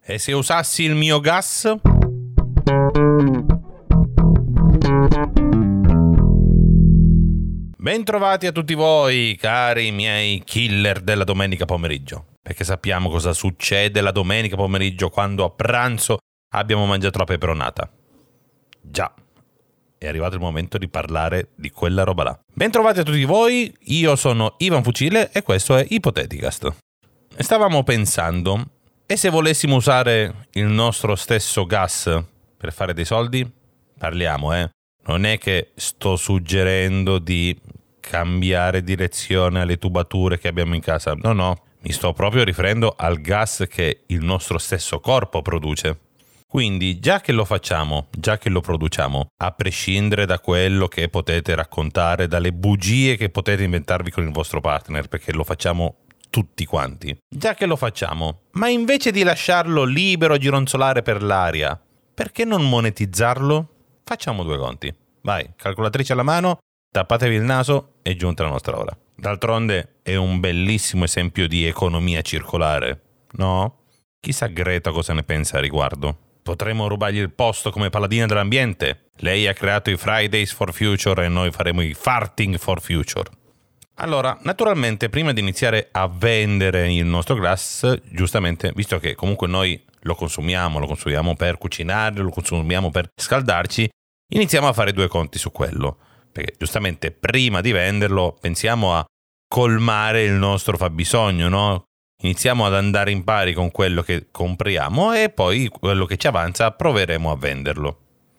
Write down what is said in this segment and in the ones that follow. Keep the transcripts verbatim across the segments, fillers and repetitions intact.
E se usassi il mio gas? Bentrovati a tutti voi, cari miei killer della domenica pomeriggio. Perché sappiamo cosa succede la domenica pomeriggio quando a pranzo abbiamo mangiato la peperonata. Già, è arrivato il momento di parlare di quella roba là. Bentrovati a tutti voi, io sono Ivan Fucile e questo è Ipoteticast. Stavamo pensando, e se volessimo usare il nostro stesso gas per fare dei soldi? Parliamo, eh. Non è che sto suggerendo di cambiare direzione alle tubature che abbiamo in casa. No, no. Mi sto proprio riferendo al gas che il nostro stesso corpo produce. Quindi, già che lo facciamo, già che lo produciamo, a prescindere da quello che potete raccontare, dalle bugie che potete inventarvi con il vostro partner, perché lo facciamo tutti quanti. Già che lo facciamo, ma invece di lasciarlo libero a gironzolare per l'aria, perché non monetizzarlo? Facciamo due conti. Vai, calcolatrice alla mano, tappatevi il naso e giunta la nostra ora. D'altronde è un bellissimo esempio di economia circolare, no? Chissà Greta cosa ne pensa a riguardo. Potremmo rubargli il posto come paladina dell'ambiente. Lei ha creato i Fridays for Future e noi faremo i Farting for Future. Allora, naturalmente, prima di iniziare a vendere il nostro gas, giustamente, visto che comunque noi lo consumiamo, lo consumiamo per cucinare, lo consumiamo per scaldarci, iniziamo a fare due conti su quello. Perché giustamente prima di venderlo pensiamo a colmare il nostro fabbisogno, no? Iniziamo ad andare in pari con quello che compriamo e poi quello che ci avanza proveremo a venderlo.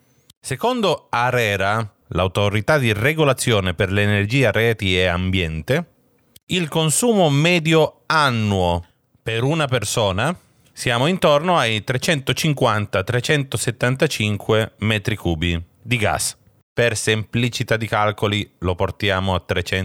Secondo ARERA, l'autorità di regolazione per l'energia, reti e ambiente, il consumo medio annuo per una persona siamo intorno ai trecentocinquanta trecentosettantacinque metri cubi di gas. Per semplicità di calcoli lo portiamo a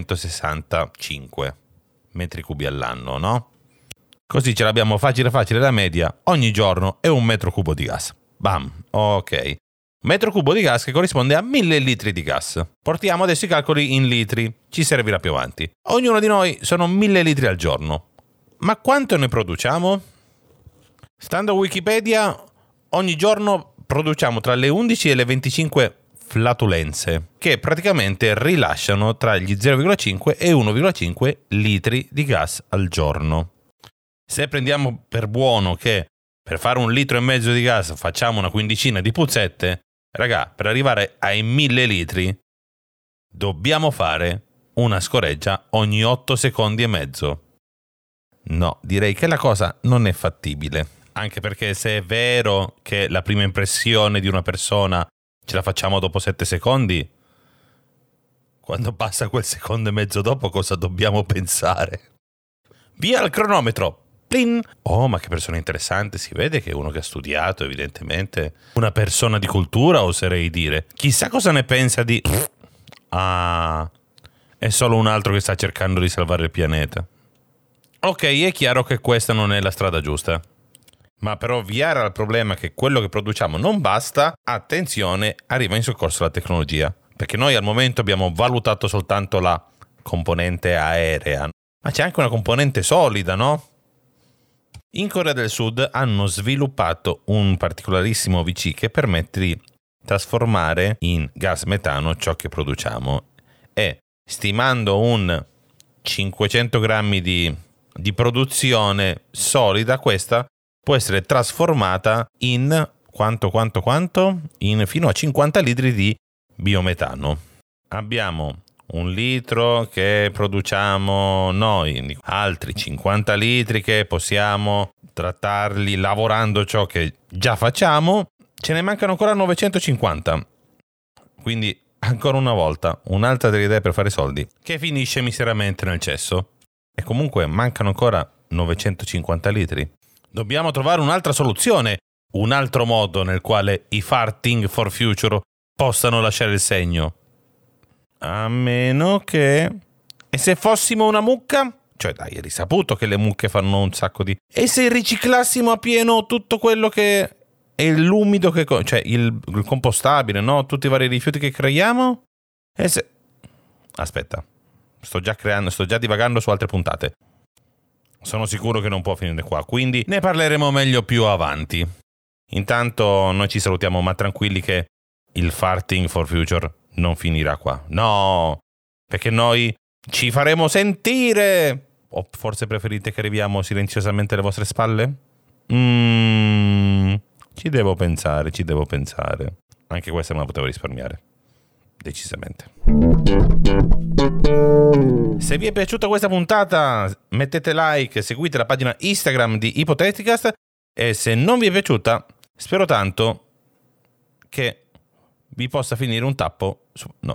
trecentosessantacinque metri cubi all'anno, no? Così ce l'abbiamo facile facile la media, ogni giorno è un metro cubo di gas. Bam, ok. Metro cubo di gas che corrisponde a mille litri di gas. Portiamo adesso i calcoli in litri, ci servirà più avanti. Ognuno di noi sono mille litri al giorno. Ma quanto ne produciamo? Stando a Wikipedia, ogni giorno produciamo tra le undici e le venticinque flatulenze, che praticamente rilasciano tra gli zero virgola cinque e uno virgola cinque litri di gas al giorno. Se prendiamo per buono che per fare un litro e mezzo di gas facciamo una quindicina di puzzette, raga, per arrivare ai mille litri dobbiamo fare una scoreggia ogni otto secondi e mezzo. No, direi che la cosa non è fattibile, anche perché se è vero che la prima impressione di una persona ce la facciamo dopo sette secondi, quando passa quel secondo e mezzo dopo cosa dobbiamo pensare? Via il cronometro! Plin! Oh, ma che persona interessante, si vede che è uno che ha studiato, evidentemente. Una persona di cultura, oserei dire. Chissà cosa ne pensa di... Ah, è solo un altro che sta cercando di salvare il pianeta. Ok, è chiaro che questa non è la strada giusta. Ma per ovviare al problema che quello che produciamo non basta, attenzione, arriva in soccorso la tecnologia. Perché noi al momento abbiamo valutato soltanto la componente aerea. Ma c'è anche una componente solida, no? In Corea del Sud hanno sviluppato un particolarissimo V C che permette di trasformare in gas metano ciò che produciamo. E stimando un cinquecento grammi di, di produzione solida, questa può essere trasformata in quanto, quanto, quanto? In fino a cinquanta litri di biometano. Abbiamo un litro che produciamo noi, altri cinquanta litri che possiamo trattarli lavorando ciò che già facciamo, ce ne mancano ancora novecentocinquanta. Quindi, ancora una volta, un'altra delle idee per fare soldi che finisce miseramente nel cesso. E comunque mancano ancora novecentocinquanta litri. Dobbiamo trovare un'altra soluzione, un altro modo nel quale i Farting for Future possano lasciare il segno. A meno che... E se fossimo una mucca? Cioè dai, è risaputo che le mucche fanno un sacco di... E se riciclassimo a pieno tutto quello che è l'umido che... Cioè il, il compostabile, no? Tutti i vari rifiuti che creiamo? E se... Aspetta, sto già creando, sto già divagando su altre puntate. sono sicuro che non può finire qua, quindi ne parleremo meglio più avanti. Intanto noi ci salutiamo, ma tranquilli che il Farting for Future non finirà qua. No, perché noi ci faremo sentire. O forse preferite che arriviamo silenziosamente alle vostre spalle? Mm, ci devo pensare, ci devo pensare. Anche questa me la potevo risparmiare. Decisamente. Se vi è piaciuta questa puntata, mettete like, seguite la pagina Instagram di Ipoteticast e se non vi è piaciuta, spero tanto che vi possa finire un tappo su... No.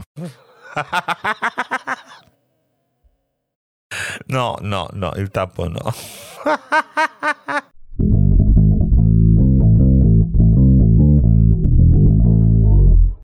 No, no, no, il tappo no.